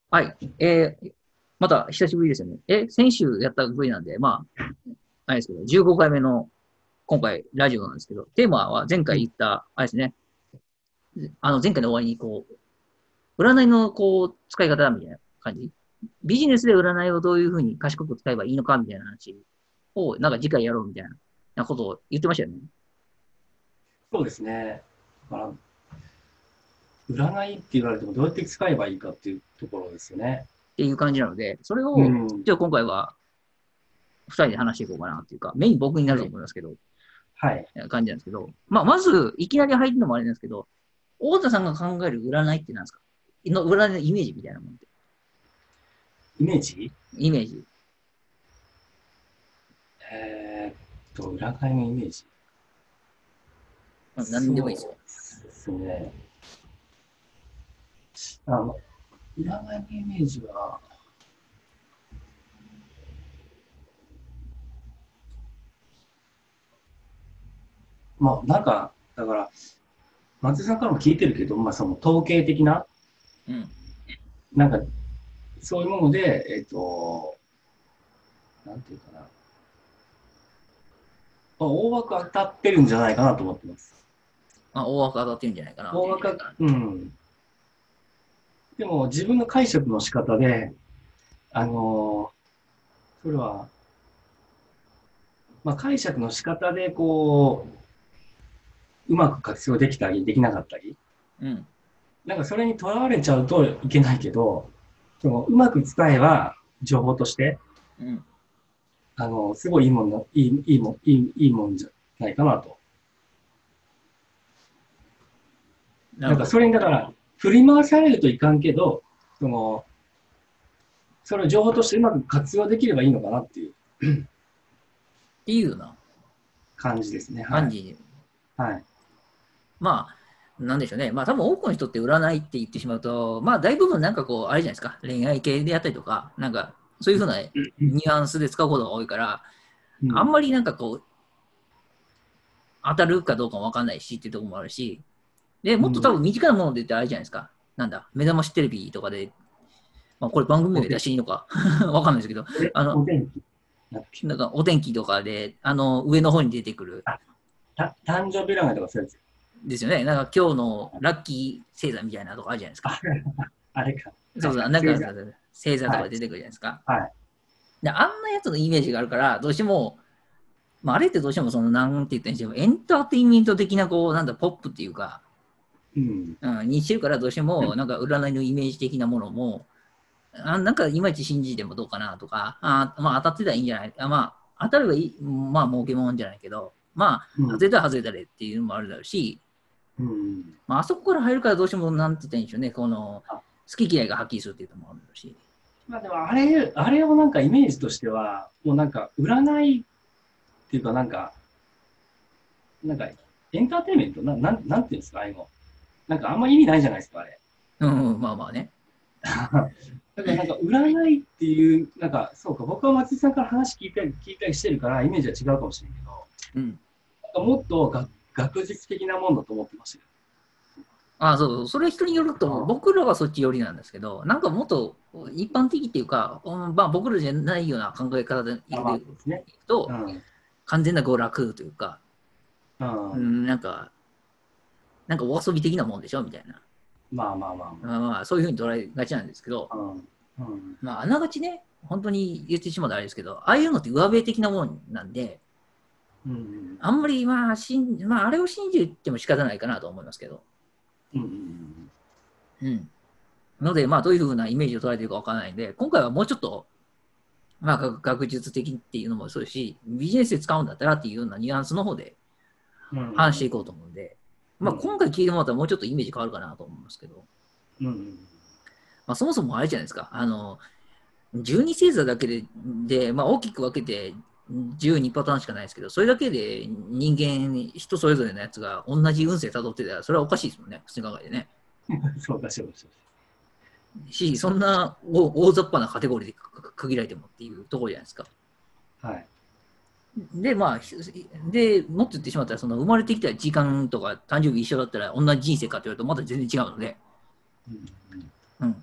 はい。また久しぶりですよね。先週やった V なんで、まあ、あれですけど、15回目の今回ラジオなんですけど、テーマは前うん。 回言った、あれですね、前回の終わりに占いの使い方みたいな感じ。ビジネスで占いをどういうふうに賢く使えばいいのかみたいな話を、なんか次回やろうみたいなことを言ってましたよね。っそうですね。だから、占いって言われてもどうやって使えばいいかっていうところですよね。 ていう感じなので、それを、 うん。 じゃあ今回は二人で話していこうかなっていうか、メイン僕になるとはい。 思いますけど、 はい。 感じなんですけど、まあ、まず、いきなり入るのもあれなんですけど、大田さんが考える占いって何ですか？占いのイメージみたいなもんで。 イメージ。 イメージ。 占いのイメージ。 何でもいいですよ。 そうですね。あの、占いのイメージは、まあ、なんか、だから、松井さんからも聞いてるけど、まあ、その統計的な、 うん。 なんか、そういうもので、なんていうかな、まあ、大枠当たってるんじゃないかなと思ってます。 まあ、大枠当たってるんじゃないかな。 大枠、うん。でも、自分の解釈の仕方で、それは、まあ、解釈の仕方で、うまく活用できたり、できなかったり、 うん。 なんかそれにとらわれちゃうといけないけど、そのうまく使えば、情報として、 うん。 すごいいいもんの、いいもんじゃないかなと。なんかそなるほど。 れにだから、振り回されるといかんけど、その、それを情報としてうまく活用できればいいのかなっていうっていうような感じですね。はい。 感じ。 はい。 まあ、なんでしょうね。まあ、多分多くの人って占いって言ってしまうと、まあ、大部分なんかあれじゃないですか。恋愛系でやったりとか、なんか、そういうふうなニュアンスで使うことが多いから、 うん。 あんまりなんか当たるかどうかもわかんないしっていうところもあるし、で、もっと多うん。 分身近なもので言ってあれじゃないですか。なんだ、目覚ましテレビとかで、まあ、これ番組名出お天気。 していいのかわかんないですけど、 お天気。なんだっけ。 なんかお天気とかで、上の方に出てくる、 あ、誕生日占いとかそういうやつ。 ですよね。なんか今日のラッキー星座みたいなとかあるじゃないですか。 あ、あれか。はいはい。 そうそう、なんか星座。 星座とはい。 か出てくるじゃないですか。 はい。 で、あんなやつのイメージがあるから、どうしても、まあ、あれってどうしてもなんて言ったんでしょう、エンターテインメント的な、なんだ、ポップっていうか、 うん。 にしてるから、どうしても、なんか占いのイメージ的なものも、なんかいまいち信じてもどうかなとか、まあ当たってたらいいんじゃない、まあ当たればいい、まあ儲けもんじゃないけど、まあうん。 外れたら外れたれっていうのもあるだろうし、 うん。 まああそこから入るからどうしてもなんて言ったらいいんでしょうね、 あ、 好き嫌いがはっきりするっていうのもあるだろうし。 まあでもあれをなんかイメージとしては、もうなんか占いっていうかなんかエンターテインメントなんていうんですか、ああいうの。なんかあんま意味ないじゃないですか、あれ。 うん、うん、まあまあね。 だからなんか占いっていう、なんかそうか、僕は松井さんから話聞いたりしてるからイメージは違うかもしれんけど、 うん。 なんかもっと学術的なもんだと思ってましたけそうそう、それ人によると思う。 ど。 僕らはそっち寄りなんですけど、なんかもっと一般的っていうか、まあ僕らじゃないような考え方でいあ、 くまあそうですね。うと、 ん。 完全な娯楽というか、 うん。 うん、なんかお遊び的なもんでしょみたいな。 まあまあまあまあ、そういうふうに捉えがちなんですけど、 まあ。うん。うん。 まあ、あながちね、本当に言ってしまうとあれですけど、ああいうのって上辺的なもんなんで、 うん。 あんまりまあ、あれを信じても仕方ないかなと思いますけど。 うん。うん。 うん。ので、まあ、どういうふうなイメージを捉えているかわからないんで、今回はもうちょっと、まあ、学術的っていうのもそうですし、ビジネスで使うんだったらっていうようなニュアンスの方でうん。 話していこうと思うんで、まあ、今うん。 回聞いてもらったらもうちょっとイメージ変わるかなと思いますけど、 うん。 まあ、そもそもあれじゃないですか。12星座だけで、まあ、大きく分けて12パターンしかないですけど、それだけで人間、人それぞれのやつが同じ運勢たどってたら、それはおかしいですもんね、普通に考えてね。 そうだ、そうだ、そうそんな大雑把なカテゴリーで区切られてもっていうところじゃないですか。 だ。はい。 で、まあ、もっと言ってしまったら、その生まれてきた時間とか誕生日一緒だったら同じ人生かと言われるとまた全然違うので、 うん。 うん。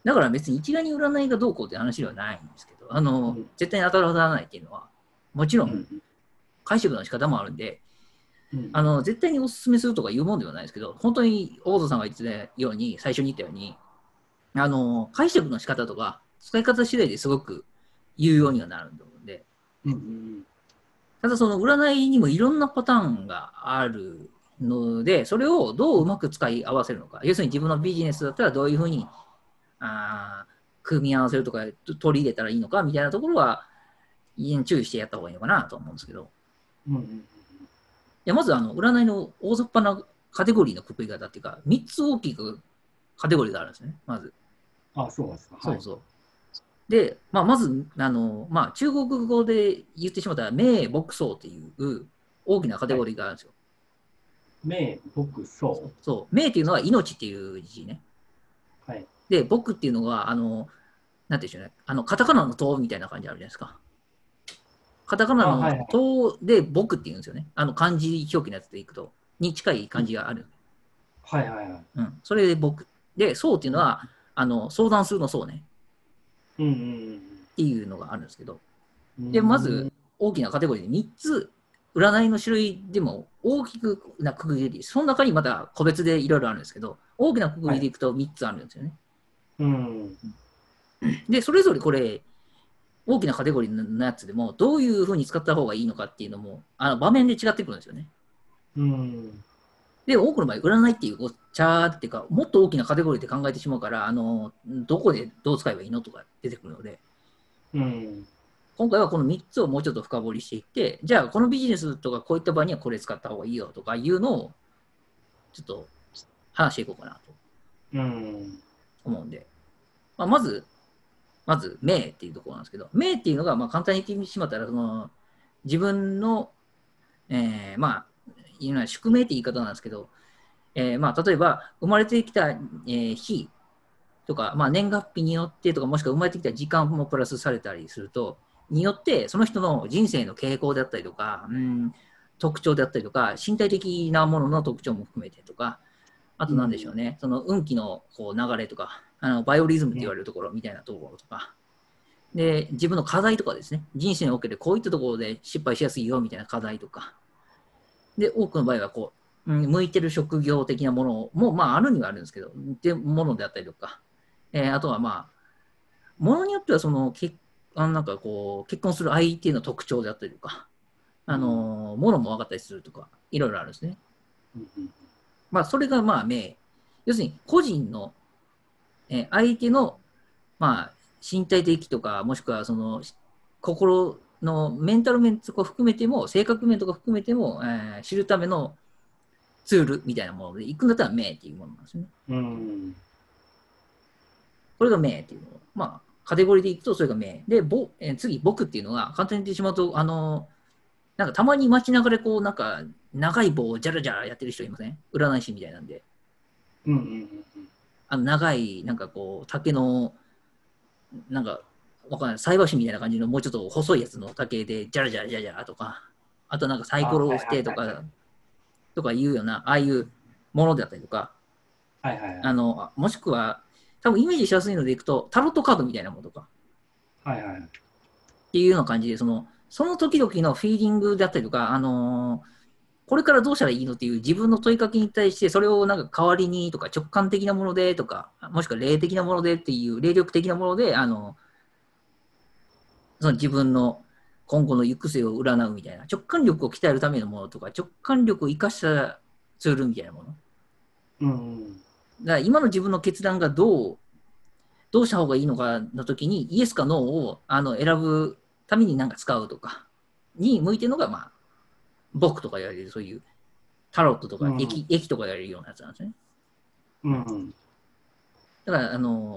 だから別に一概に占いがどうこうって話ではないんですけど、 うん絶対に当たる当たらないっていうのは、もちろうんん解釈の仕方もあるんで、 うん絶対にお勧めするとか言うもんではないですけど、本当に大野さんが言ってたように、最初に言ったように、解釈の仕方とか、使い方次第ですごく有用にはなると思うんで、 うんうんただその占いにもいろんなパターンがあるので、それをどううまく使い合わせるのか。要するに自分のビジネスだったらどういうふうに組み合わせるとか取り入れたらいいのかみたいなところは注意してやった方がいいのかなと思うんですけど。 うんうんまず占いの大雑把なカテゴリーのくくり方っていうか、3つ大きくカテゴリーがあるんですね、まず。 あ、そうなんですか。はい。 そうそう。で、まず、中国語で言ってしまったら、名牧草っていう大きなカテはい。 ゴリーがあるんですよ。 名、僕、そそう。名っていうのは命っていう字ね。 う。はい。 で、僕っていうのは、なんていうんでしょうね。カタカナの塔みたいな感じあるじゃないですか。カタカナあ、 のはいはい。 塔で僕って言うんですよね。漢字表記のやつでいくと、に近い漢字がある。 はいはいはい。 うん。それで僕。で、そうっていうのは、相談するのそうね。 うんうんっていうのがあるんですけど。 うんうで、まん。うーず、 ん。 大きなカテゴリーで3つ、占いの種類でも大きくなくくり、その中にまた個別でいろいろあるんですけど、大きなくくはい。 りでいくと3つあるんですよね。 うん。 で、それぞれこれ、大きなカテゴリーのやつでも、どういうふうに使った方がいいのかっていうのも、場面で違ってくるんですよね。 うん。 で、多くの場合、占いっていう、チャーっていうか、もっと大きなカテゴリーで考えてしまうから、どこでどう使えばいいのとか出てくるので、 うん。 今回はこの3つをもうちょっと深掘りしていって、じゃあこのビジネスとかこういった場合にはこれ使った方がいいよとかいうのをちょっと話していこうかなとうん。 思うんで、まず、名っていうところなんですけど、名っていうのが簡単に言ってしまったら、自分の、いうのは宿命って言い方なんですけど、例えば生まれてきた、日とか、年月日によってとか、もしくは生まれてきた時間もプラスされたりすると、によって、その人の人生の傾向であったりとか、特徴であったりとか、身体的なものの特徴も含めてとか、あと何でしょうね、その運気の流れとか、バイオリズムって言われるところみたいなところとか、で、自分の課題とかですね、人生におけるこういったところで失敗しやすいよみたいな課題とか、で、多くの場合は向いてる職業的なものも、あるにはあるんですけど、でものであったりとか、あとはものによっては結婚する相手の特徴であったりとか、ものも分かったりするとか、いろいろあるんですね。それが名。要するに、個人の、相手の、身体的とか、もしくは心のメンタル面とか含めても、性格面とか含めても、知るためのツールみたいなもので、行くんだったら名っていうものなんですね。 うん。 これが名っていうの。カテゴリーでいくとそれが名。で、次、僕っていうのが、簡単に言ってしまうと、なんかたまに街中で長い棒をジャラジャラやってる人いません？占い師みたいなんで。 うんうん長い、竹の、なんか、わかんない、菜箸みたいな感じの、もうちょっと細いやつの竹で、ジャラジャラジャラジャラとか、あとサイあ、 コロをはい振ってとか、 はいはいはい。 いうような、ああいうものであったりとか、 はいはいはい。 もしくは、多分イメージしやすいのでいくと、タロットカードみたいなものとか、 はいはいはい。 っていうような感じで、その時々のフィーリングであったりとか、これからどうしたらいいのっていう自分の問いかけに対して、それを代わりにとか、直感的なものでとか、もしくは霊的なものでっていう、霊力的なもので、その自分の今後の行く末を占うみたいな、直感力を鍛えるためのものとか、直感力を生かしたツールみたいなもの。 うんだから今の自分の決断がどうした方がいいのかの時に、イエスかノーを選ぶために使うとか、に向いてるのが、僕とか言われる、そういうタロットとかうん。 駅とか言われるようなやつなんですね。 うんうん。 だから、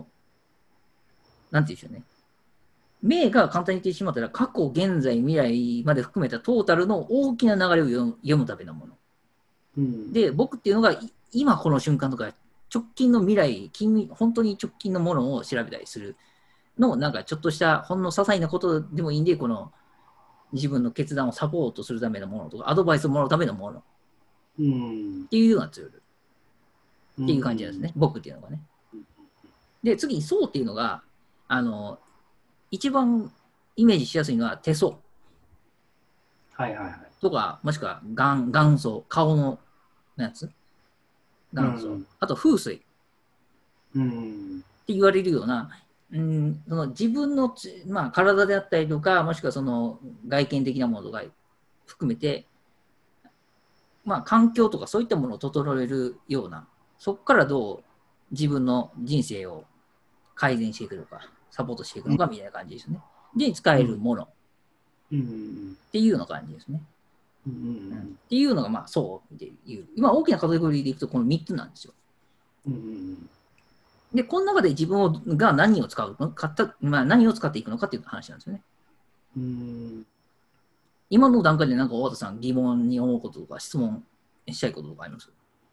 なんていうんでしょうね。名が簡単に言ってしまったら、過去、現在、未来まで含めたトータルの大きな流れを読むためのもの。 うん。 で、僕っていうのが、今この瞬間とか、直近の未来、本当に直近のものを調べたりするの、ちょっとしたほんの些細なことでもいいんで、この自分の決断をサポートするためのものとか、アドバイスをもらうためのものっうん。 ていうようなツールっうていう感じなんですん。 ね。僕っていうのがね。 で、次に層っていうのが、あの、一番イメージしやすいのは手相はいはいはい。 とか、もしくは眼相、顔のやつ、眼相。 うん。 あと風水ってうん。 言われるような、その自分のまあ、体であったりとか、もしくはその外見的なものとか含めて、まあ、環境とかそういったものを整えるような、そこからどう自分の人生を改善していくのか、サポートしていくのかみたいな感じですね。で、使えるものっうん。 ていうような感じですね。 うん。 っていうのが、まあ、そうっていう、今大きなカテゴリーでいくとこの3つなんですよ。 うん。 で、この中で自分が何を使うのか、まあ、何を使っていくのかっていう話なんですよね。 うん。 今の段階でなんか大和さん疑問に思うこととか質問したいこととかあります？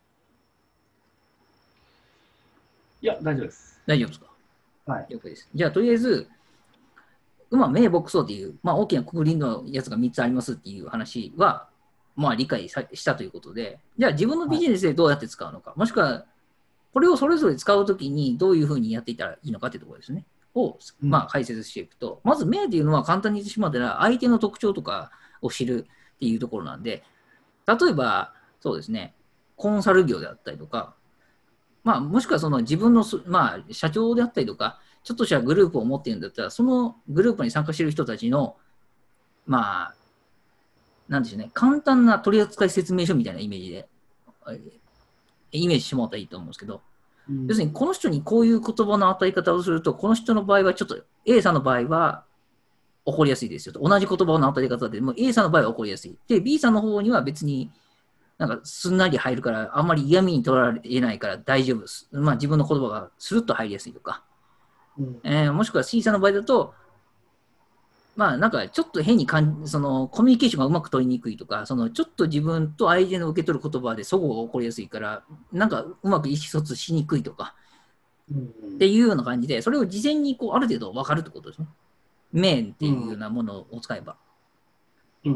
いや、大丈夫です。 大丈夫ですか？ はい。 了解です。じゃあ、とりあえず、まあ、名木層っていう、まあ、大きなくくりのやつが3つありますっていう話は、まあ、理解したということで、じゃあ自分のビはい。 ジネスでどうやって使うのか、もしくは、これをそれぞれ使うときにどういうふうにやっていったらいいのかというところですね。を、 うん。 まあ、解説していくと、まず名っていうのは簡単に言ってしまったら、相手の特徴とかを知るっていうところなんで、例えば、そうですね、コンサル業であったりとか、まあ、もしくはその自分のまあ、社長であったりとか、ちょっとしたグループを持っているんだったら、そのグループに参加している人たちの、まあ、なんでしょうね、簡単な取扱説明書みたいなイメージで、イメージしてもらったらいいと思うんですけど、 うん。 要するにこの人にこういう言葉の与え方をすると、この人の場合はちょっと A さんの場合は起こりやすいですよと。同じ言葉の与え方でも A さんの場合は起こりやすい。で、B さんの方には別になんかすんなり入るから、あんまり嫌味に取られないから大丈夫です。まあ自分の言葉がスルッと入りやすいとか、 うん。 もしくは C さんの場合だと、まあなんかちょっと変にそのコミュニケーションがうまく取りにくいとか、そのちょっと自分と相手の受け取る言葉で齟齬が起こりやすいから、なんかうまく意思疎通しにくいとかうん。 っていうような感じで、それを事前にこうある程度分かるってことですね。名っていうようなものを使えば。 うん。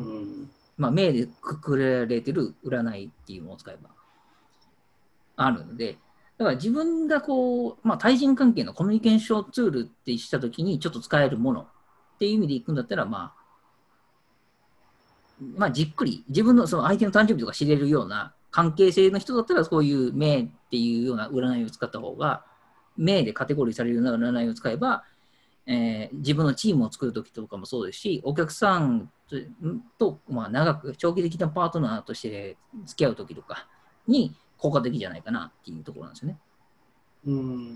まあ名でくくられてる占いっていうのを使えばあるので、だから自分がこう、まあ対人関係のコミュニケーションツールってしたときにちょっと使えるものっていう意味でいくんだったら、まあ、じっくり自分のその相手の誕生日とか知れるような関係性の人だったら、そういう名っていうような占いを使った方が、名でカテゴリーされるような占いを使えば、自分のチームを作るときとかもそうですし、お客さんと、まあ、長く長期的なパートナーとして付き合うときとかに効果的じゃないかなっていうところなんですよね。 うん。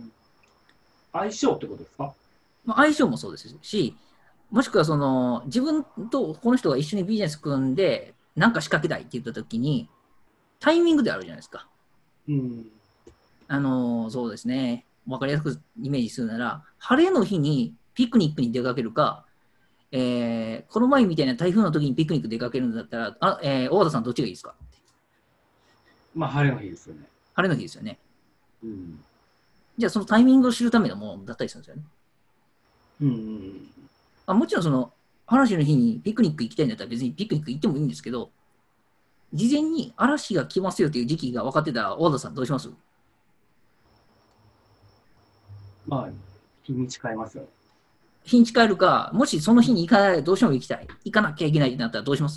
相性ってことですか？ まあ、相性もそうですし、もしくはその自分とこの人が一緒にビジネス組んで、なんか仕掛けたいって言ったときに、タイミングであるじゃないですか。 うん。 そうですね。わかりやすくイメージするなら、晴れの日にピクニックに出かけるか、この前みたいな台風の時にピクニック出かけるんだったら、大和田さんどっちがいいですか？ まあ、晴れの日ですよね。 晴れの日ですよね。 うん。 じゃあそのタイミングを知るためのものだったりするんですよね。 うん。 もちろんその嵐の日にピクニック行きたいんだったら別にピクニック行ってもいいんですけど、事前に嵐が来ますよという時期が分かってたら、大和田さんどうします？ まあ、日にち変えますよね。 日にち変えるか、もしその日に行かない、どうしても行きたい。行かなきゃいけないってなったらどうします？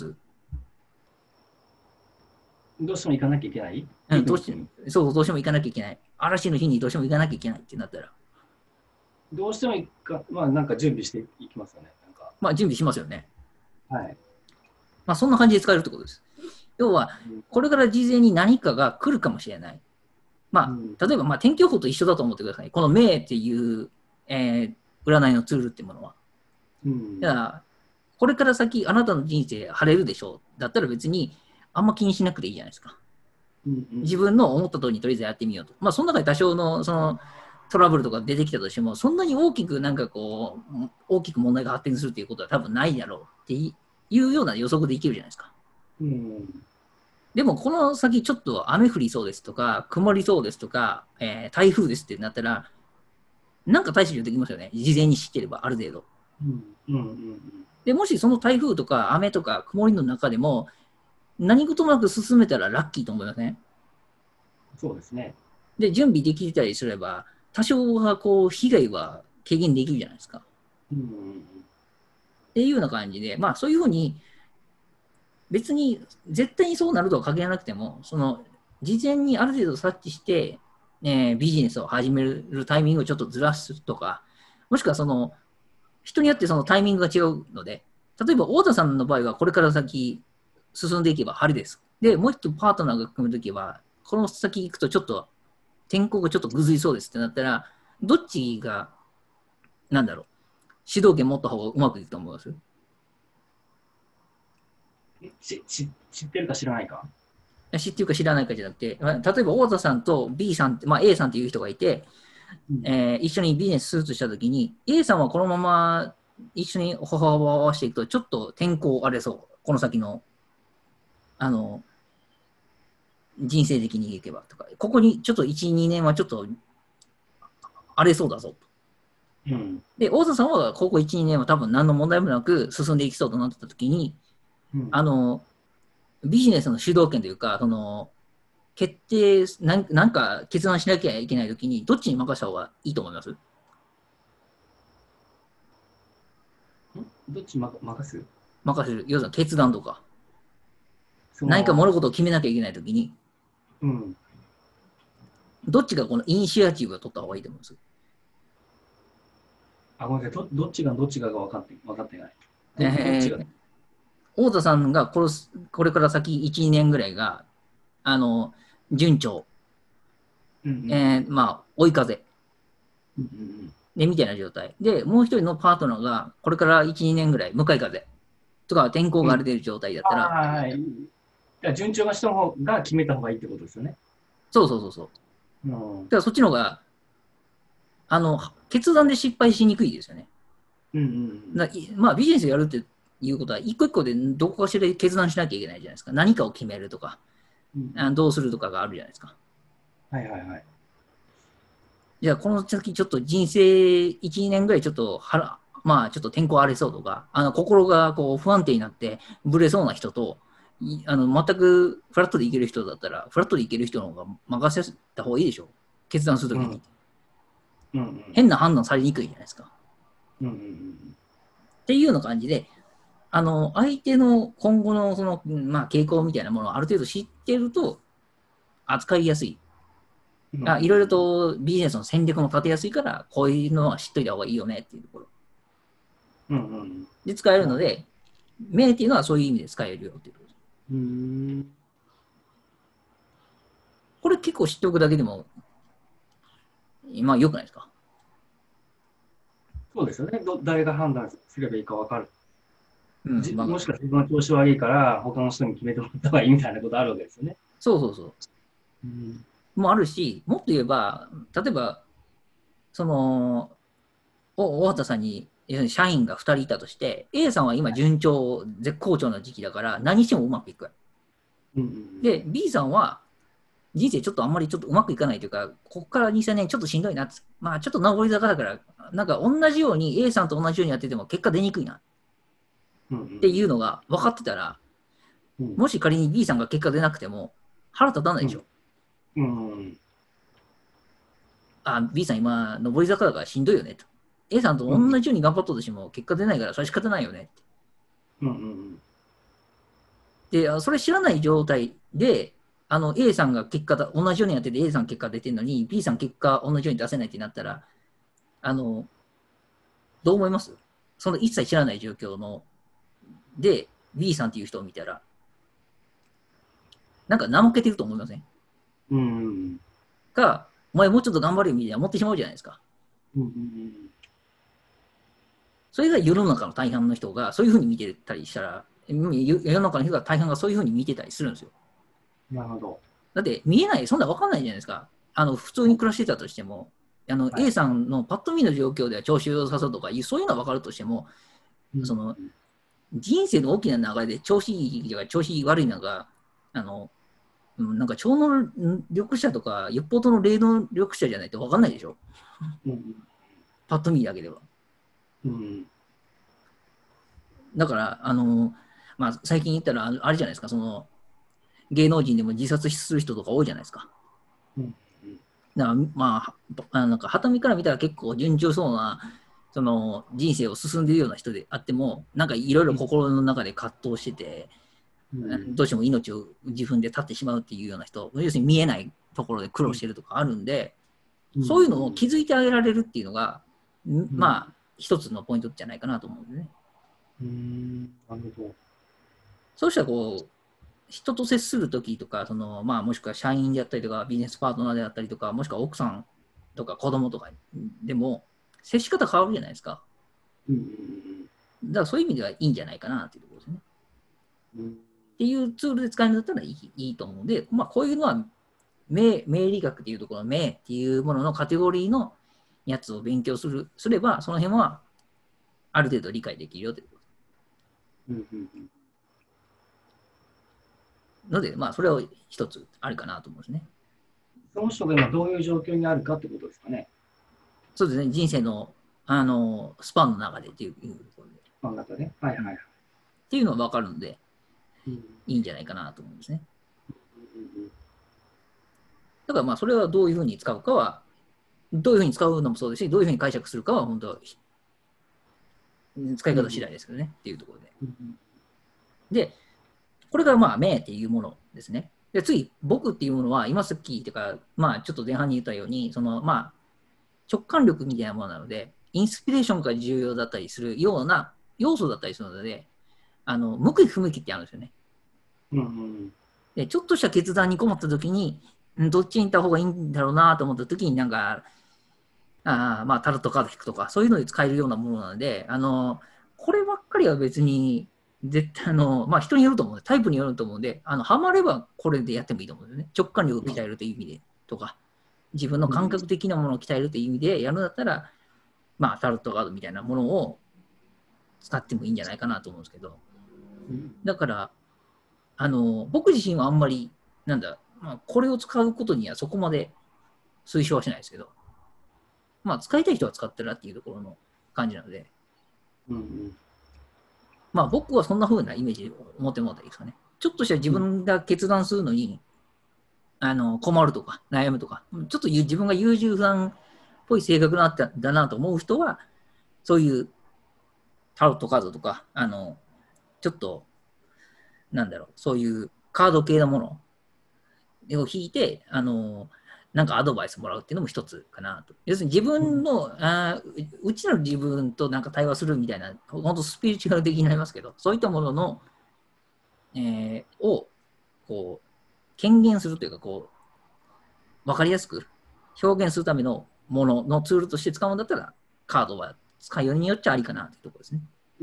どうしても行かなきゃいけないうん、 ピクニックに。 どうしても行かなきゃいけない。嵐の日にどうしても行かなきゃいけないってなったら、 どうしてもまあ、なんか準備していきますよね。なんか、 まあ準備しますよね。 はい。 まあそんな感じで使えるってことです。要は、これから事前に何かが来るかもしれない。まうん。 あ、例えば、まあ天気予報と一緒だと思ってください。この明っていう、占いのツールっていうものは。 うん。 だから、これから先、あなたの人生晴れるでしょう。だったら別に、あんま気にしなくていいじゃないですか。 うん。うん。 自分の思った通りにとりあえずやってみようと。まあ、その中で多少の、その、トラブルとか出てきたとしても、そんなに大きくなんかこう、大きく問題が発展するっていうことは多分ないだろうっていうような予測でいけるじゃないですか。 うん。 でも、この先ちょっと雨降りそうですとか、曇りそうですとか、台風ですってなったら、なんか対処できますよね。事前に知ってれば、ある程度。 うん。うん。うん。 で、もしその台風とか雨とか曇りの中でも、何事もなく進めたらラッキーと思いません？ そうですね。 で、準備できてたりすれば、 多少はこう、被害は軽減できるじゃないですか。っうん。 ていうような感じで、まあそういうふうに、別に絶対にそうなるとは限らなくても、その、事前にある程度察知して、ビジネスを始めるタイミングをちょっとずらすとか、もしくはその、人によってそのタイミングが違うので、例えば、太田さんの場合はこれから先進んでいけば晴れです。で、もう一度パートナーが組むときは、この先行くとちょっと天候がちょっとぐずりそうですってなったら、どっちが、なんだろう、主導権持った方がうまくいくと思います？ 知ってるか知らないか。 知ってるか知らないかじゃなくて、例えば太田さんと B さんって、まあ、A さんっていう人がいて、 うん。 一緒にビジネスするとしたときに、A さんはこのまま一緒に歩幅を合わせていくと、ちょっと天候荒れそう。この先の、あの、人生的にいけばとか、ここにちょっと1、2年はちょっと荒れそうだぞと。 うん。 で、大田さんはここ1、2年は多分何の問題もなく進んでいきそうとなったときに、 うん。 あの、ビジネスの主導権というか、その、決定なんか決断しなきゃいけないときに、どっちに任せた方がいいと思います？ どっち任す？ 任せる。要するに決断とか、 その、 何か物事を決めなきゃいけないときに、 うん。 どっちがこのイニシアチブを取った方がいいと思います？ あ、ごめんなさい。どっちがどっちが分かってない。どっちが。 えー、太田さんがこれから先1、2年ぐらいが、あの、順調、 うんうんまあ、追い風うん。うんうんで、みたいな状態。で、もう一人のパートナーが、これから1、2年ぐらい、向かい風とか天候うん。うん。 が荒れてる状態だったら、 はい。順調な人の方が決めた方がいいってことですよね。 そうそうそうそう。 うん。うんだからそっちの方が、決断で失敗しにくいですよね。 うんうん。 まあ、ビジネスやるっていうことは、一個一個でどこかしらで決断しなきゃいけないじゃないですか。何かを決めるとか、 うんうん。 どうするとかがあるじゃないですか。 はいはいはい。 じゃあ、この先ちょっと人生1、2年ぐらいちょっとまあ、ちょっと天候荒れそうとか、心がこう不安定になってブレそうな人と、全くフラットでいける人だったら、フラットでいける人の方が任せた方がいいでしょ。決断するときに。 うんうんうん変な判断されにくいじゃないですか。っうんうんていうような感じで、相手の今後のその、まあ、傾向みたいなものをある程度知ってると扱いやすい。 うんうんいろいろとビジネスの戦略も立てやすいから、こういうのは知っといた方がいいよねっていうところうんうん。 で使えるなるほど。 ので、名っていうのはそういう意味で使えるよっていうところです。 うーん。 これ結構知っておくだけでも、まあ良くないですか？ そうですよね。誰が判断すればいいか分かる。 うん、まあ、 もしかして自分の調子悪いから他の人に決めてもらった方がいいみたいなことあるわけですよね。 そうそうそうん。 う。もあるし、もっと言えば、例えば、その、大畑さんに社員が2人いたとして、A さんは今順調、絶好調な時期だから、何してもうまくいく。 うんうんで、B さんは人生ちょっとあんまりちょっとうまくいかないというか、ここから2、3年ちょっとしんどいな。まあちょっと上り坂だから、なんか同じように A さんと同じようにやってても結果出にくいなうんうっていうんのが分かってたら、 うんもし仮に B さんが結果出なくても腹立たないでしょ。 うんうん B さん今上り坂だからしんどいよねと。A さんとうん同じように頑張ったとしても結果出ないからそれ仕方ないよねって。 うんうんで、それ知らない状態で、A さんが結果だ、同じようにやってて A さん結果出てるのに B さん結果同じように出せないってなったら、あの、どう思います？その一切知らない状況の、で、B さんっていう人を見たら、なんか怠けてると思いませんうんか、お前もうちょっと頑張るよみたいな思ってしまうじゃないですか。 うんそれが世の中の大半の人がそういうふうに見てたりしたら、世の中の人が大半がそういうふうに見てたりするんですよ。 なるほど。 だって見えない、そんな分かんないじゃないですか。普通に暮らしてたとしても、 はい。 A さんのパッと見の状況では調子良さそうとか、そういうのは分かるとしても、 うんその人生の大きな流れで調子いい時期が調子悪いのが、あの、なんか超能力者とか、よっぽどの霊能力者じゃないと分かんないでしょ。 うんパッと見だけでは。 うんだから、まあ、最近言ったら、あれじゃないですか、その、芸能人でも自殺する人とか多いじゃないですか。 うんまあ、なんか、はためから見たら結構順調そうな、その人生を進んでいるような人であっても、なんかいろいろうん。 心の中で葛藤してて、 うん。 どうしても命を自分で絶ってしまうっていうような人、要するに見えないところで苦労うん。 してるとかあるんで、 うそういうのをん。 気づいてあげられるっていうのが、 うん。 まあ、一つのポイントじゃないかなと思うんですね。 うん。なるほど。 そうしたらこう、人と接するときとか、まあ、もしくは社員であったりとか、ビジネスパートナーであったりとか、もしくは奥さんとか子供とかでも、接し方変わるじゃないですか。 うん。 だからそういう意味ではいいんじゃないかなっていうところですね。 うん。 っていうツールで使えるんだったらいいと思うので、まあ、こういうのは命理学っていうところの命っていうもののカテゴリーのやつを勉強すれば、その辺はある程度理解できるよというこうん。うん。 とので、まあ、それを一つあるかなと思うんですね。 その人が今どういう状況にあるかってことですかね。 そうですね、人生の、スパンの中でっていうところで、 真ん中ね。はいうん、っはいはい。 ていうのは分かるので、 うん。 いいんじゃないかなと思うんですね。 うん。 だからまあ、それはどういうふうに使うかは、どういうふうに使うのもそうですし、どういうふうに解釈するかは、本当は使いうん。 方次第ですけどね、っていうところで。 うん。 で、これがまあ、名っていうものですね。で、次、僕っていうものは、今さっき、というか、まあ、ちょっと前半に言ったように、まあ、直感力みたいなものなので、インスピレーションが重要だったりするような要素だったりするので、向き不向きってあるんですよね。 うん。 で、ちょっとした決断に困った時に、どっちに行った方がいいんだろうなと思った時に、なんか、まあ、タロットカード引くとか、そういうのに使えるようなものなので、こればっかりは別に、絶対まあ人によると思うので、タイプによると思うので、ハマればこれでやってもいいと思うんですよね。直感力を鍛えるという意味でとか、自分のうん。 感覚的なものを鍛えるという意味でやるんだったら、まあタロットカードみたいなものを使ってもいいんじゃないかなと思うんですけど、 うん。 だから、僕自身はあんまり、まあ、これを使うことにはそこまで推奨はしないですけど、まあ、使いたい人は使ってるなっていうところの感じなので、 うん。 まあ、僕はそんな風なイメージを持ってもらったらいいですかね。ちょっとした自うん。 分が決断するのに、困るとか悩むとか、ちょっと自分が優柔不断っぽい性格だなと思う人は、そういうタロットカードとか、ちょっと、そういうカード系のものを引いて、なんかアドバイスもらうっていうのも一つかなと。要するに自分の、うちの自分となんか対話するみたいな、本当スピリチュアル的になりますけど、そういったものの、を、こう、権限するというか、こう、わかりやすく表現するためのもののツールとして使うんだったら、カードは使いようによっちゃありかなというところですね。 うん。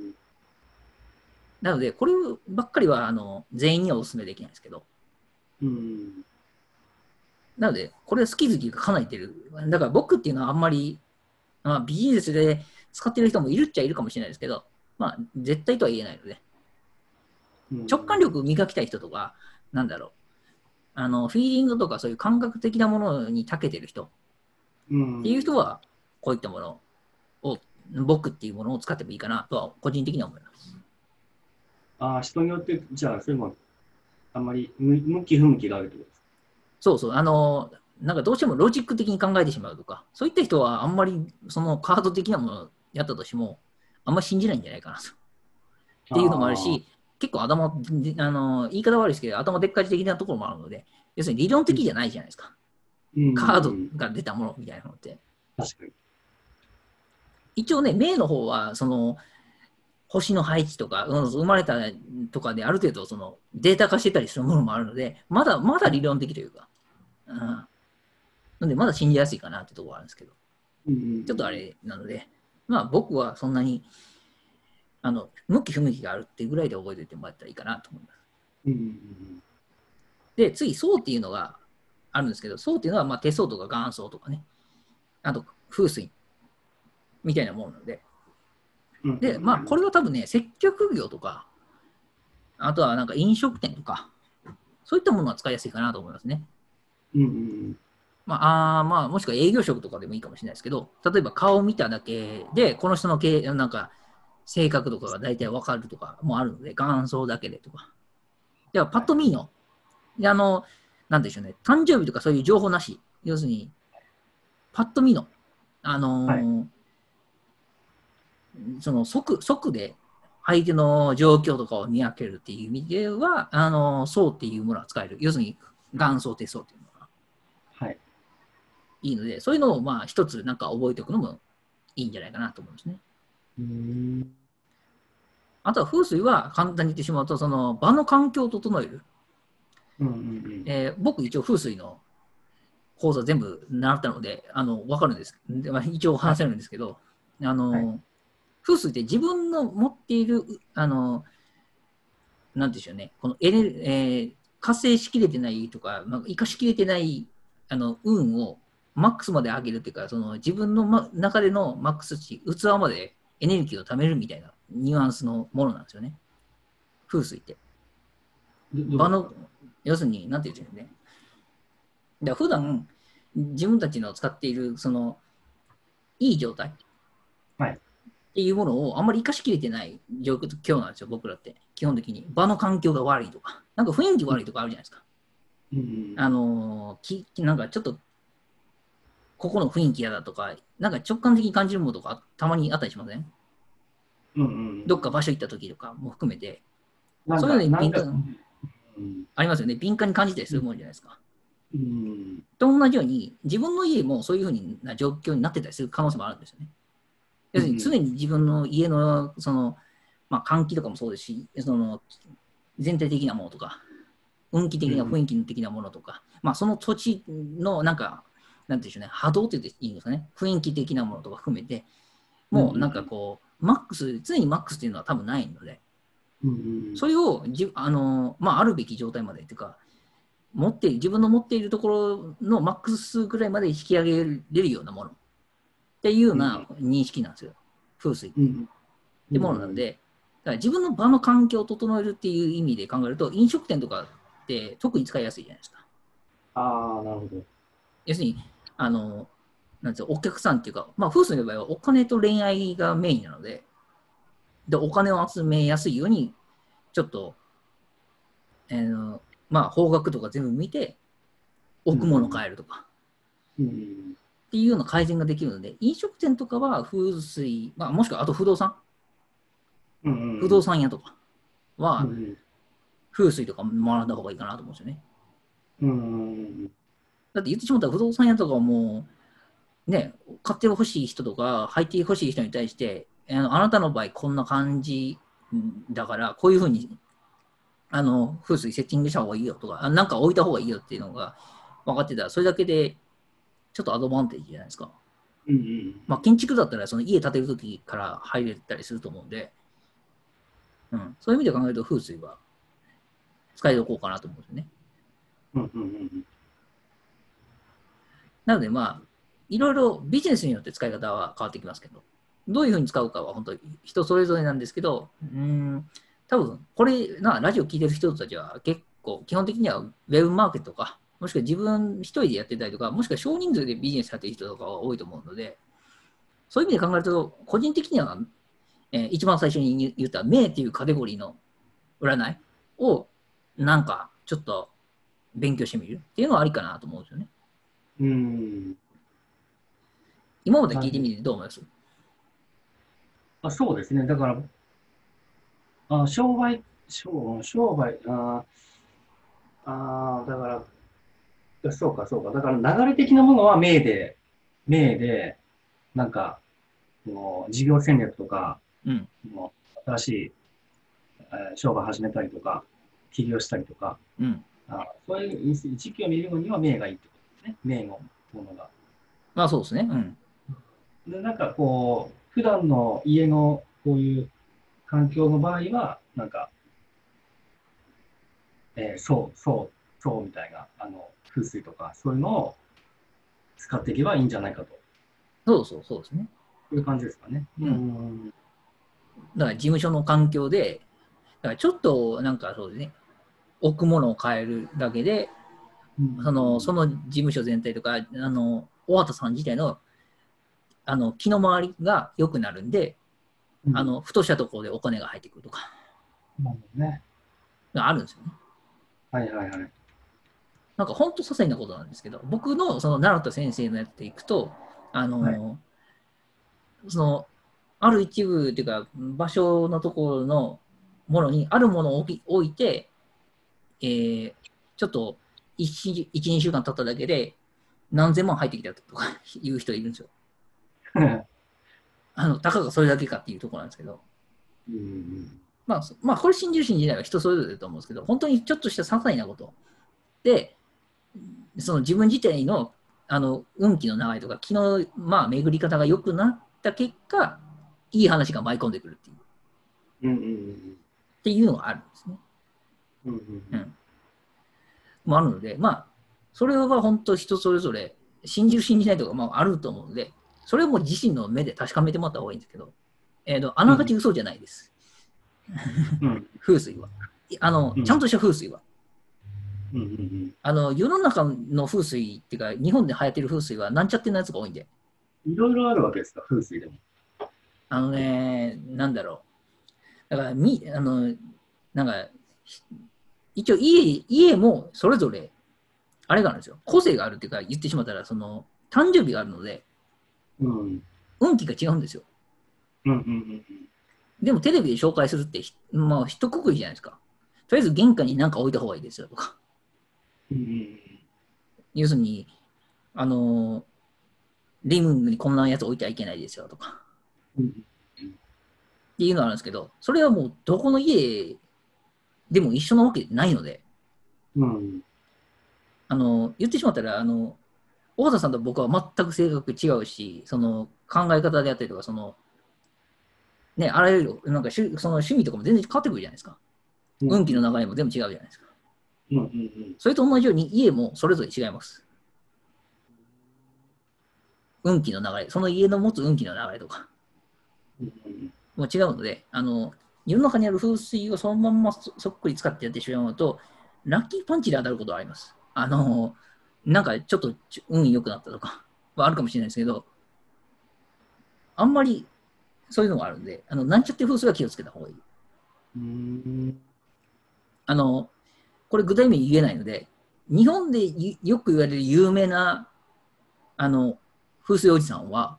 なので、こればっかりは、全員にはお勧めできないですけど、 うん。 なので、これは好き好きがかなり出る。だから僕っていうのはあんまり、まあ、ビジネスで使ってる人もいるっちゃいるかもしれないですけど、まあ、絶対とは言えないので、 うん。 直感力を磨きたい人とか、なんだろう、フィーリングとかそういう感覚的なものに長けてる人っうていう人ん。 は、こういったものを、僕っていうものを使ってもいいかなとは、個人的には思います。 ああ、人によって、じゃあ、それもあんまり向き不向きがあるってことですか。 そうそう、なんかどうしてもロジック的に考えてしまうとか、そういった人はあんまりそのカード的なものをやったとしても、あんまり信じないんじゃないかなと。っていうのもあるああ、 し、結構言い方悪いですけど、頭でっかち的なところもあるので、要するに理論うん。 的じゃないじゃないですか。 うカードん。 が出たものみたいなのって。 確かに。 一応ね、命の方は、星の配置とか、生まれたとかである程度データ化してたりするものもあるので、まだ理論的というか、なのでまだ信じやすいかなってところはあるんですけど、 うん。 ちょっとあれなので、まあ僕はそんなに、向き不向きがあるっていうぐらいで覚えておいてもらったらいいかなと思います。 うん。うん。 で、次、層っていうのがあるんですけど、層っていうのは、まあ、手相とか眼相とかね、あと風水みたいなものなので、 うん。うで、まあ、こん。 れは多分ね、接客業とか、あとはなんか飲食店とか、そういったものは使いやすいかなと思いますね。 うん。 まあ、もしくは営業職とかでもいいかもしれないですけど、例えば顔を見ただけで、この人のなんか性格とかが大体わかるとかもあるので、眼相だけでとか。では、パッと見の、でなんでしょうね、誕生日とかそういう情報なし要するに、パッと見の、あのはい。 ーその即で相手の状況とかを見分けるっていう意味では、層っていうものは使える。要するに、元層手層っていうのがはい。 いいので、そういうのをまあ一つなんか覚えておくのもいいんじゃないかなと思うんですね。 うーん。 あとは風水は簡単に言ってしまうと、その場の環境を整える。 うんうんうん。 僕一応風水の講座全部習ったので、わかるんです。でまあ、一応はい。 話せるんですけど、あはい。 の、風水って自分の持っている、なんでしょうね、この活性しきれてないとか、まあ、生かしきれてない運をマックスまで上げるというか、その自分の、中でのマックス値、器までエネルギーを貯めるみたいなニュアンスのものなんですよね、風水って。 どういうことですか？ 要するに、なんて言うんですかね。だから普段、自分たちの使っている、いい状態っはい。 ていうものをあんまり生かしきれてない状況なんですよ、僕らって。基本的に。場の環境が悪いとか、なんか雰囲気悪いとかあるじゃないですか。 うんうんなんかちょっと、ここの雰囲気嫌だとか、なんか直感的に感じるものとか、たまにあったりしません？ うんうんうん。 どっか場所行った時とかも含めて、 なんか、 そういうのになんか、 敏感、 うん、 ありますよね。敏感に感じたりすうん、 るもんじゃないですか。 うん、 と同じように、自分の家もそういうふうな状況になってたりする可能性もあるんですよね。要するに常うん、 に自分の家のまあ、換気とかもそうですし、全体的なものとか、運気うん、 的な雰囲気的なものとか、まあ、その土地のなんか、なんていうんでしょうね、波動って言っていいんですかね、雰囲気的なものとか含めて、 うん、うもうなんかん、 こう、マックス、常にマックスっていうのは多分ないので、 うん、 それをまあ、あるべき状態までというか、自分の持っているところのマックス数くらいまで引き上げれるようなものっていうよううん、 な認識なんですよ、風水っうん、うてものなのん、 で、だから自分の場の環境を整えるっていう意味で考えると、飲食店とかって特に使いやすいじゃないですか。 ああ、なるほど。 要するに、なんですよ、お客さんっていうか、まあ、風水の場合はお金と恋愛がメインなので、お金を集めやすいように、ちょっと、まあ、方角とか全部見て、 うん、 置くものをうん、 変えるとか、 うん、 っていうような改善ができるので、飲食店とかは風水、まあ、もしくはあとうん、 不動産屋とかはうん、 風水とか学んだ方がいいかなと思うんですよね。 うん、 だって言ってしまったら不動産屋とかはもう、ね、買ってほしい人とか入ってほしい人に対して、あなたの場合こんな感じだから、こういうふうに風水セッティングした方がいいよとか、なんか置いた方がいいよっていうのが分かってたら、それだけでちょっとアドバンテージじゃないですか。 うん、 まあ、建築だったらその家建てるときから入れたりすると思うんで、うん、そういう意味で考えると風水は使いどこうかなと思うんですよね。 うん、うん、 なのでまあ、いろいろビジネスによって使い方は変わってきますけど、どういうふうに使うかは本当に人それぞれなんですけど、多分これラジオ聞いてる人たちは結構基本的にはウェブマーケットとか、もしくは自分一人でやってたりとか、もしくは少人数でビジネスやってる人とかが多いと思うので、そういう意味で考えると、個人的には、一番最初に言った名っていうカテゴリーの占いをなんかちょっと勉強してみるっていうのはありかなと思うんですよね。 うん。 今まで聞いてみなるほど。 てどう思います？ あ、そうですね。だから、商売、だから、そうか、そうか。だから流れ的なものは名で、なんか、事業戦略とか、 うん。 もう新しい、商売始めたりとか、起業したりとか、 うん。 そういう時期を見るのには名がいいってことですね。名のものが。 まあそうですね。うん。 で、なんかこう、普段の家のこういう環境の場合は、なんか、そうみたいな、風水とか、そういうのを使っていけばいいんじゃないかと。 そうですね。 そういう感じですかね。ううん。 ん。 だから事務所の環境で、だからちょっとなんかそうですね、置くものを変えるだけで、 うん。 その事務所全体とか、大畑さん自体の、気の回りが良くなるんで、 うん。 ふとしたところでお金が入ってくるとか、 なるほどね。 があるんですよね。 はいはいはい。 なんか本当些細なことなんですけど、僕のその習った先生のやつでいくと、あはい。 の、その、ある一部っていうか、場所のところのものに、あるものを置いて、ちょっと1、2週間経っただけで、何千万入ってきたとかいう人いるんですよ。たかがそれだけかっていうところなんですけど、 うん。 まあ、これ信じる信じないは人それぞれだと思うんですけど、本当にちょっとした些細なことで、その自分自体の運気の流れとか、気の、まあ、巡り方が良くなった結果、いい話が舞い込んでくるうん。 っていうのがあるんですね。 うん。 うん。もあるので、まあ、それは本当人それぞれ、信じる信じないとか、まあ、あると思うので、それをもう自身の目で確かめてもらった方がいいんですけど、あうん。 ながち嘘じゃないです。 うん。 風水は。 うん。 ちゃんとした風水は。 うん。 世の中の風水っていうか、日本で流行ってる風水はなんちゃってのやつが多いんで、 いろいろあるわけですか、風水でも。 なんだろう。だから、なんか、一応家もそれぞれ、あれがあるんですよ。個性があるっていうか、言ってしまったら、誕生日があるので、 うん。 運気が違うんですよ。 うん。うん。 でもテレビで紹介するって、まあ、一括りじゃないですか。とりあえず玄関に何か置いた方がいいですよとか。 うん。 要するに、あの、リビングにこんなやつ置いてはいけないですよとか。 うん。 っていうのがあるんですけど、それはもうどこの家でも一緒なわけないので、 うん。 言ってしまったら、大田さんと僕は全く性格違うし、その考え方であったりとか、ね、あらゆる、なんかその趣味とかも全然変わってくるじゃないですか。 うん。 運気の流れも全部違うじゃないですか。 うん。 それと同じように家もそれぞれ違います。運気の流れ、その家の持つ運気の流れとかうん。 も違うので、世の中にある風水をそのまんまそっくり使ってやってしまうと、ラッキーパンチで当たることはあります。なんかちょっと運良くなったとかはあるかもしれないですけど、あんまりそういうのがあるんで、なんちゃって風水は気をつけた方がいい。 うん。 あの、これ具体名言えないので、日本でよく言われる有名な、風水おじさんは、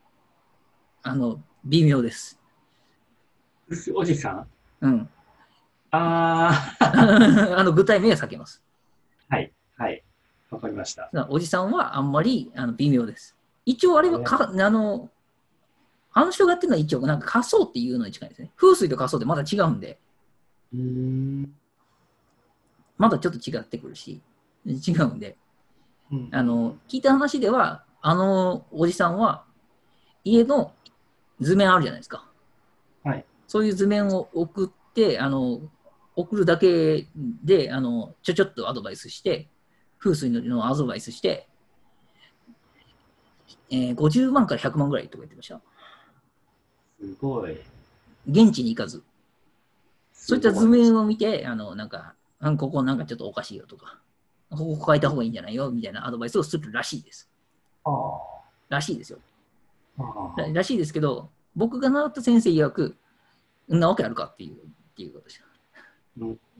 微妙です。 おじさん。 うん。 ああ具体名は避けます。 はい。はい。わかりました。 おじさんはあんまり微妙です。一応あれはね。 あの人がやってるのは一応なんか仮想っていうのに近いですね。風水と仮想ってまだ違うんで、 うん。 まだちょっと違ってくるし、違うんで、 うん。 聞いた話では、おじさんは家の図面あるじゃないですか。 はい。 そういう図面を送って、送るだけで、ちょっとアドバイスして、風水のアドバイスして、50万から100万ぐらいとか言ってました。 すごい。 現地に行かず。そういった図すごい。 面を見て、ここなんかちょっとおかしいよとか、ここ変えた方がいいんじゃないよみたいなアドバイスをするらしいです。 ああ。 らしいですよ。 ああ。 らしいですけど、僕が習った先生曰く、んなわけあるかっていうことです。 うん。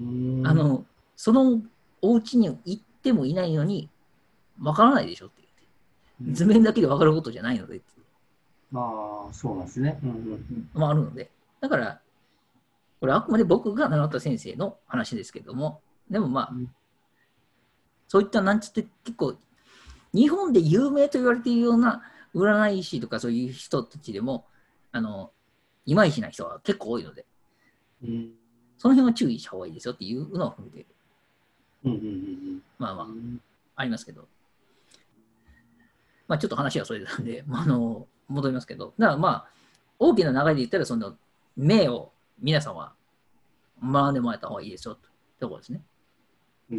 あの、そのお家に行ってもいないのに、わからないでしょって言って。図面だけでわかることじゃないのでってああ、そうなんですね。うん。 まあ、あるので。だから、これあくまで僕が習った先生の話ですけども、でもまあ、 うん。 そういったなんつって結構、日本で有名と言われているような占い師とかそういう人たちでも、あの、いまいちな人は結構多いので、 うん。 その辺は注意した方がいいですよっていうのを含めて、 うん。 まあまうん。 あ、ありますけど、まあちょっと話はそれなんで、戻りますけど、だからまあ、大きな流れで言ったら、名を皆さんは学んでもらえた方がいいですよってところですね。 うん。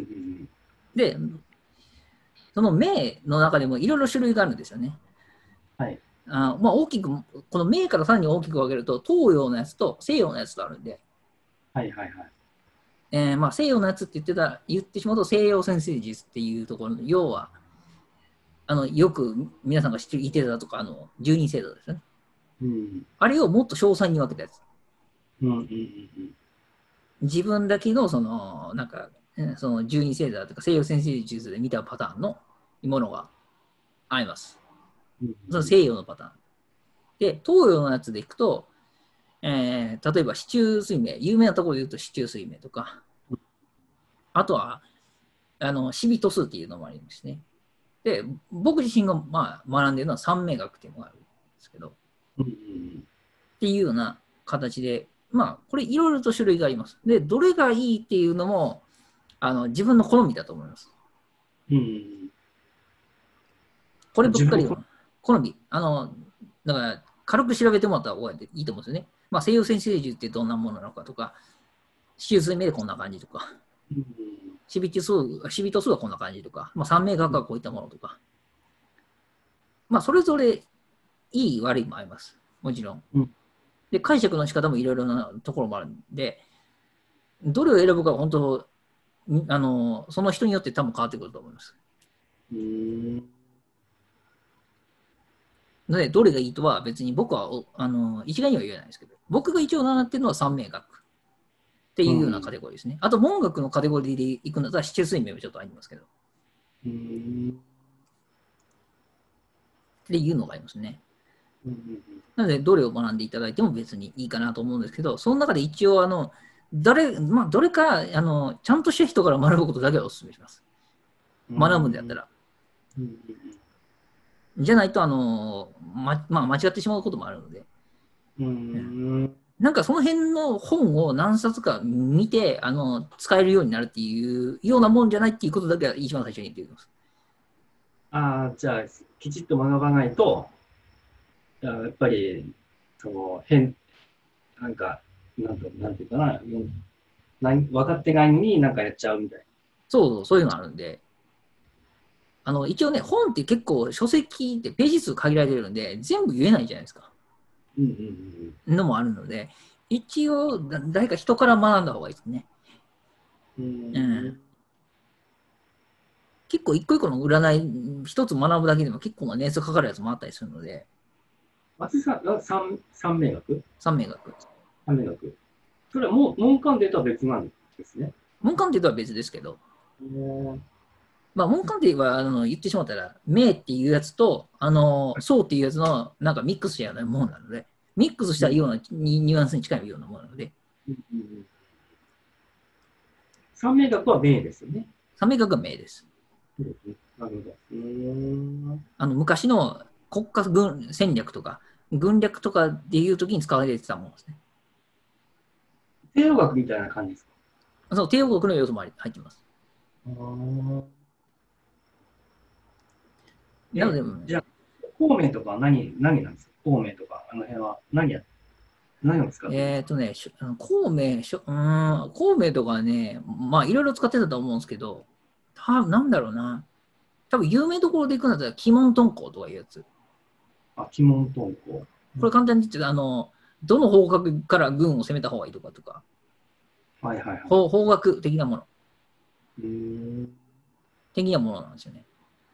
で、その名の中でもいろいろ種類があるんですよね。 はい。 まあ大きく、この名からさらに大きく分けると、東洋のやつと西洋のやつとあるんで、 はいはいはい。 まあ西洋のやつって言ってしまうと西洋先生術っていうところの、要は、よく皆さんが知ってるイテ座とか、十二星座ですね。 うん。 あれをもっと詳細に分けたやつ。 うん。うん。 自分だけの、なんか、 その十二星座とか西洋占星術で見たパターンのものがあります。その西洋のパターン。で、東洋のやつでいくと、例えば四柱推命、有名なところで言うと四柱推命とか、あとは、死人数っていうのもありますね。で、僕自身が、まあ、学んでいるのは三名学っていうのがあるんですけど、っていうような形で、まあ、これいろいろと種類があります。で、どれがいいっていうのも、自分の好みだと思います。こればっかりは、好み。だから、軽く調べてもらった方がいいと思うんですよね。まあ、西洋占星術ってどんなものなのかとか、四柱推命でこんな感じとか、死人数はこんな感じとか、まあ、三名学はこういったものとか、まあ、それぞれいい悪いもあります。もちろん。で、解釈の仕方もいろいろなところもあるんで、どれを選ぶかは本当、その人によって多分変わってくると思います。ので、どれがいいとは別に僕は一概には言えないですけど、僕が一応習ってるのは三名学っていうようなカテゴリーですね。あと、文学のカテゴリーでいくんだったら、四柱推命もちょっとありますけど。っていうのがありますね。なので、どれを学んでいただいても別にいいかなと思うんですけど、その中で一応、どれか、ちゃんとした人から学ぶことだけはお勧めします。学ぶんであったら。じゃないと、間違ってしまうこともあるので。なんかその辺の本を何冊か見て、使えるようになるっていうようなもんじゃないっていうことだけは一番最初に言っておきます。 じゃあ、きちっと学ばないと、やっぱり、なんか、なんていうかな、分かってないのになんかやっちゃうみたいな。 そういうのがあるんで。一応ね、本って結構書籍ってページ数限られてるんで、全部言えないじゃないですか。のもあるので、一応、誰か人から学んだ方がいいですね。結構一個一個の占い、一つ学ぶだけでも結構な年数かかるやつもあったりするので。 松井さん、三名学三名学。 三名学。それはもう、門関デーとは別なんですね。 門鑑定とは別ですけど、まあ、門鑑定は言ってしまったら、名っていうやつと、宋っていうやつのなんかミックスしたようなものなので、ミックスしたようなニュアンスに近いようなものなので、 三名学は名ですよね。 三名学は名です。 なるほど。昔の国家軍戦略とか、軍略とかっていう時に使われてたものですね。 帝王学みたいな感じですか？ そう、帝王国の要素も入っています。なので、 じゃあ、孔明とかは何なんですか？孔明とか、あの辺は何を使ってるんですか？ 孔明とかはね、まあいろいろ使ってたと思うんですけど、なんだろうな。多分有名どころで行くんだったら、鬼門遁甲とかいうやつ。 鬼門遁甲。 これ簡単に言ってどの方角から軍を攻めた方がいいとか、方角的なもの。的なものなんですよね。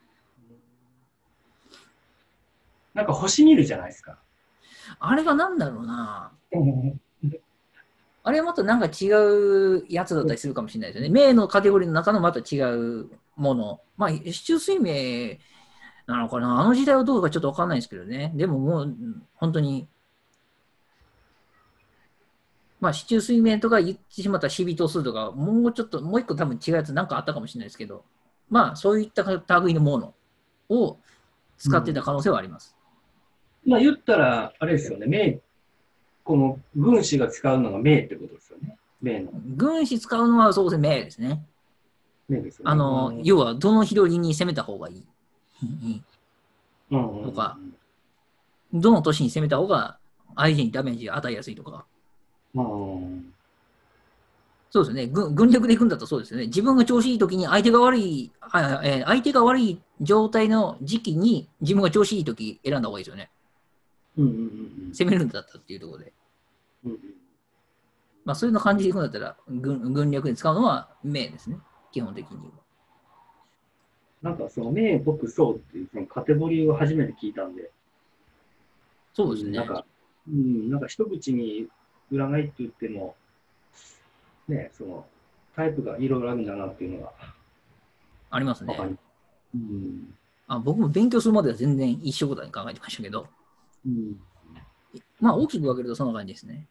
なんか星見るじゃないですか。 あれはなんだろうな。あれはまたなんか違うやつだったりするかもしれないですよね。名のカテゴリーの中のまた違うもの。まあ、市中水明なのかな。あの時代はどうかちょっとわかんないですけどね。でももう、本当に、まあ、市中水面とか言ってしまった死人数とか、もうちょっと、もう一個多分違うやつなんかあったかもしれないですけど、まあ、そういった類のものを使ってた可能性はあります。 まあ言ったら、あれですよね。この軍師が使うのが名ってことですよね。名の。 軍師使うのはそうですね、名ですね。 名ですよね。 要は、どの広りに攻めた方がいい。とか、どの都市に攻めた方が相手にダメージを与えやすいとか。そうですね。軍略で行くんだとそうですよね。自分が調子いい時に相手が悪い状態の時期に自分が調子いい時選んだ方がいいですよね。攻めるんだったっていうところで。まあそういう感じで行くんだったら軍略で使うのは名ですね。基本的には。 なんかその名、僕、そうっていうそのカテゴリーを初めて聞いたんで。 そうですね。 なんか一口に占いって言っても、ね、 タイプがいろいろあるんだなっていうのがありますね。 わかります。うん。 僕も勉強するまでは全然一緒くたに考えてましたけど、 うん。 まあ大きく分けるとそんな感じですね。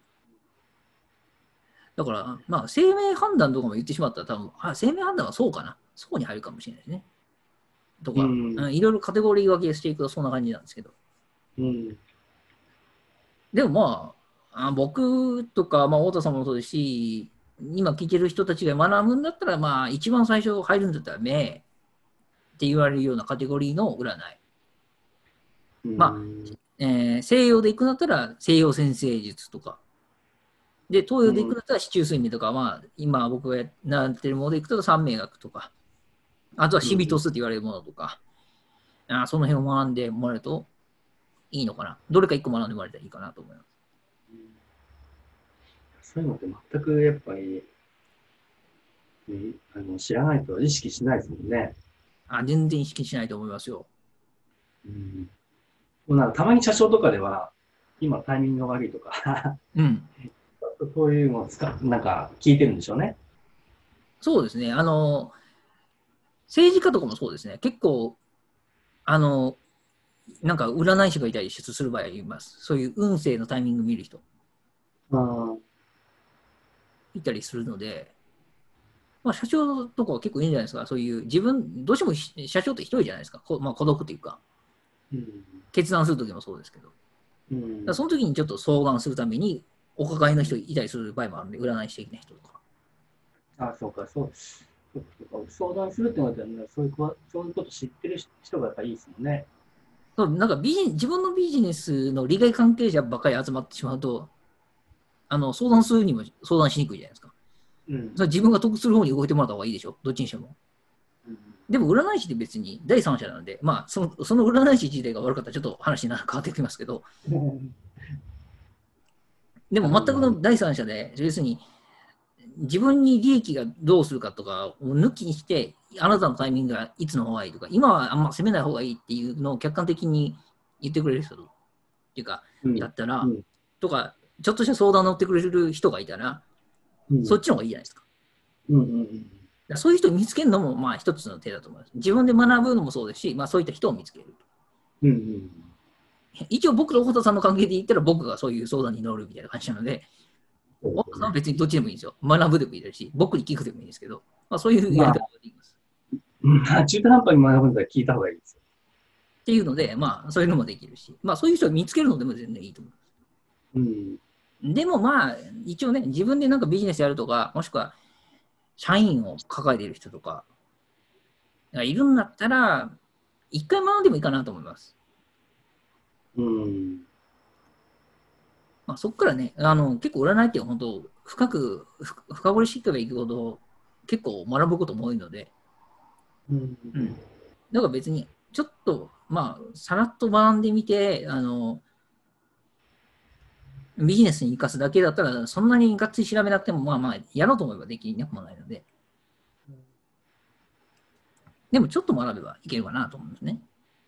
だから、まあ生命判断とかも言ってしまったら多分、生命判断はそうかな。そうに入るかもしれないですね。とか、 うん。 いろいろカテゴリー分けしていくとそんな感じなんですけど。 うん。 でもまあ、僕とか、まあ、太田さんもそうですし、今聞いてる人たちが学ぶんだったら、まあ、一番最初入るんだったら、目って言われるようなカテゴリーの占い。 うまあ、 ん。 西洋で行くんだったら、西洋占星術とか。で、東洋で行くんだったら、四柱推命とか、まあ、今僕が習ってるもので行くと、三名学とか、あとはシビトスって言われるものとか、その辺を学んでもらえるといいのかな。どれか一個学んでもらえたらいいかなと思います。 そういうのって全くやっぱり、知らないと意識しないですもんね。 全然意識しないと思いますよ。 うん。もうなんかたまに車掌とかでは、今タイミングが悪いとかうん。 そういうのをなんか聞いてるんでしょうね。 そうですね。政治家とかもそうですね。結構、あの、なんか占い師がいたりする場合あります。そういう運勢のタイミング見る人うん。 いたりするので、まあ、社長とかは結構いいんじゃないですか。そういう自分、どうしても社長って一人じゃないですか。まあ、孤独というか、 うん。 決断するときもそうですけど。だかうん。 らその時にちょっと相談するために、お抱えの人いたりする場合もあるんで、占い師的な人とか。 あ、そうか、そう。そうか相談するってのは、ね、そういうこと知ってる人がやっぱいいですもんね。 そうなんか自分のビジネスの利害関係者ばっかり集まってしまうと、相談するにも相談しにくいじゃないですか。 うん。 それ自分が得する方に動いてもらった方がいいでしょ。どっちにしても。 うん。 でも占い師って別に第三者なんで、まあその占い師自体が悪かったらちょっと話に変わってきますけど、でも全くの第三者で、要するに自分に利益がどうするかとかを抜きにして、あなたのタイミングがいつの方がいいとか、今はあんま攻めない方がいいっていうのを客観的に言ってくれる人っていうか、 うん。 だったら、 うん。 とか、ちょっとした相談乗ってくれる人がいたら、 うん。 そっちの方がいいじゃないですか。 うん。うん。 そういう人を見つけるのも、まあ一つの手だと思います。自分で学ぶのもそうですし、まあそういった人を見つける。 うん。 一応僕と太田さんの関係で言ったら僕がそういう相談に乗るみたいな感じなので、太田さんはそうですよね。 別にどっちでもいいんですよ。学ぶでもいいですし、僕に聞くでもいいんですけど、まあそういうやり方まあ、 ができます。 中途半端に学ぶんだったら聞いた方がいいですよ。 っていうので、まあそういうのもできるし、まあそういう人を見つけるのでも全然いいと思うん。 う。でもまあ、一応ね、自分でなんかビジネスやるとか、もしくは社員を抱えている人とかがいるんだったら、一回学んでもいいかなと思います。 うん。 まあ、そこからね、結構占いって本当、深掘りしていけばいくほど、結構学ぶことも多いので、 うん。 うん。だから別に、ちょっと、まあ、さらっと学んでみて、ビジネスに生かすだけだったら、そんなにがっつり調べなくても、まあまあ、やろうと思えばできなくもないので、でもちょっと学べばいけるかなと思うんですね。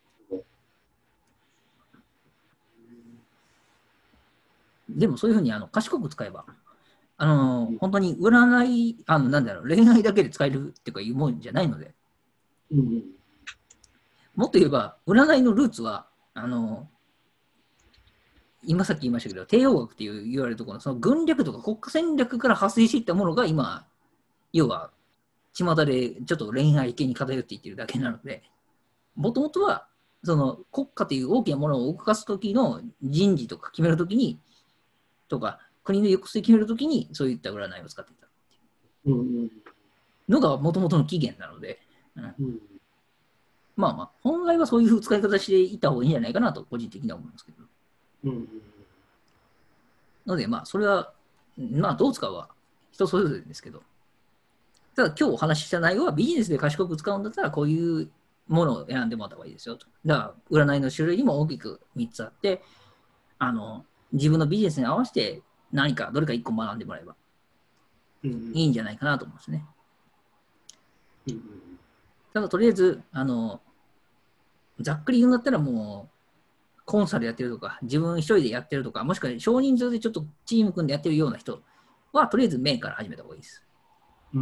でもそういうふうに賢く使えば、本当に占い、なんだろう、恋愛だけで使えるっていうかいうもんじゃないので、 うん。 もっと言えば、占いのルーツは、あの、今さっき言いましたけど、帝王学っていう言われるところの、その軍略とか国家戦略から発生していったものが今、要は、巷でちょっと恋愛系に偏っていってるだけなので、もともとは、その国家という大きなものを動かすときの人事とか決めるときに、とか、国の行く末決めるときに、そういった占いを使っていたうん。 のがもともとの起源なので、うん、 うん。 まあまあ、本来はそういう使い方していった方がいいんじゃないかなと、個人的には思いますけど。 うん。 ので、まあ、それは、まあ、どう使うは人それぞれですけど、ただ今日お話しした内容はビジネスで賢く使うんだったら、こういうものを選んでもらった方がいいですよと。だから、占いの種類にも大きく3つあって、自分のビジネスに合わせて何か、どれか1個学んでもらえばうん。 いいんじゃないかなと思うんですね。 うん。 ただ、とりあえず、ざっくり言うんだったらもう、コンサルやってるとか、自分一人でやってるとか、もしくは少人数でちょっとチーム組んでやってるような人は、とりあえずメインから始めた方がいいです。 うん。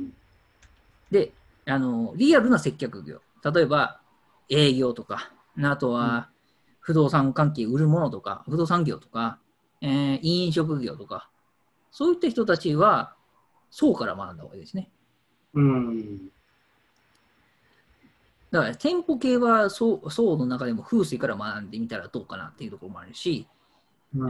で、リアルな接客業。例えば、営業とか、あとうん。 は、不動産関係売るものとか、不動産業とか、飲食業とか、そういった人たちは、層から学んだ方がいいですね。 うん。 だから、店舗系は層の中でも風水から学んでみたらどうかなっていうところもあるし、 うん。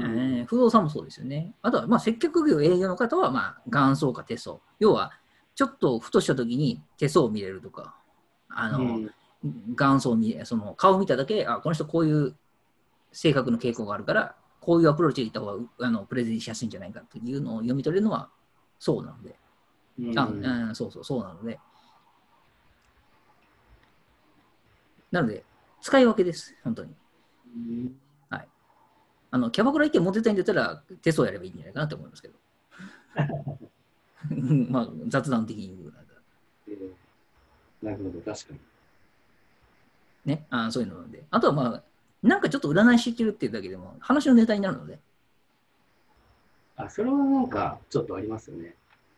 不動産もそうですよね。あとは、まあ、接客業、営業の方は、まあ、元相か手相。要は、ちょっとふとした時に手相を見れるとか、あの、 うん。 元相を見れ、その顔を見ただけ、あ、この人こういう性格の傾向があるから、こういうアプローチでいった方がプレゼンしやすいんじゃないかというのを読み取れるのはそうなので、 うん。 そうなので、なので、使い分けです、本当に。はい。キャバクラ行ってモテたいんだったら、手相やればいいんじゃないかなと思いますけど。まあ、雑談的に言うならなるほど、確かに。 ね、そういうのなんで。あとはまあ、なんかちょっと占い知ってるっていうだけでも、話のネタになるので。 あ、それはなんか、ちょっとありますよね。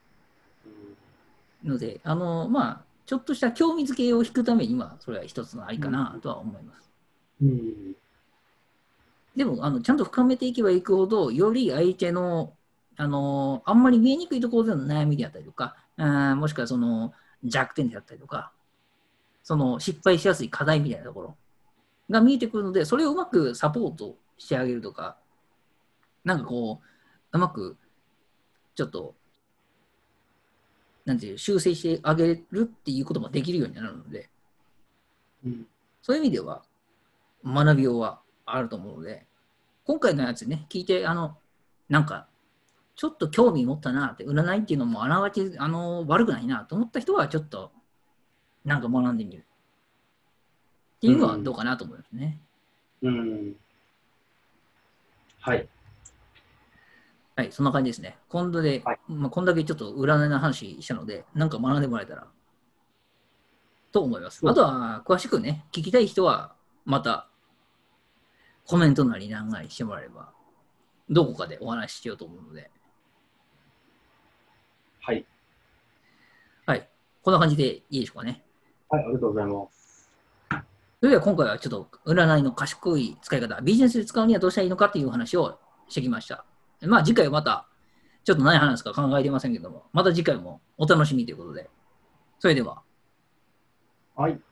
まあ、ちょっとした興味づけを引くためには、それは一つのありうん。 かなとは思います。 うん。 でも、ちゃんと深めていけばいくほど、より相手の、あんまり見えにくいところでの悩みであったりとか、もしくはその弱点であったりとか、その失敗しやすい課題みたいなところが見えてくるので、それをうまくサポートしてあげるとか、なんかこう、うまくちょっと、なんていう、修正してあげるっていうこともできるようになるので、 うん。 そういう意味では学びようはあると思うので、今回のやつね、聞いて、なんか、ちょっと興味持ったなって、占いっていうのもあながち、悪くないなと思った人は、ちょっと、なんか学んでみるっていうのはどううん。 かなと思いますね。 うん。はい。 はい、そんな感じですね。今度で、 はい。 まあ、こんだけちょっと占いの話したので、なんか学んでもらえたらと思います。あとそう。 は、詳しくね、聞きたい人は、またコメントなりなんなりしてもらえれば、どこかでお話ししようと思うので、 はい。 はい、こんな感じでいいでしょうかね。 はい、ありがとうございます。 それでは今回はちょっと占いの賢い使い方、ビジネスで使うにはどうしたらいいのかっていう話をしてきました。まあ次回はまた、ちょっと何話すか考えていませんけども、また次回もお楽しみということで、それでは。 はい。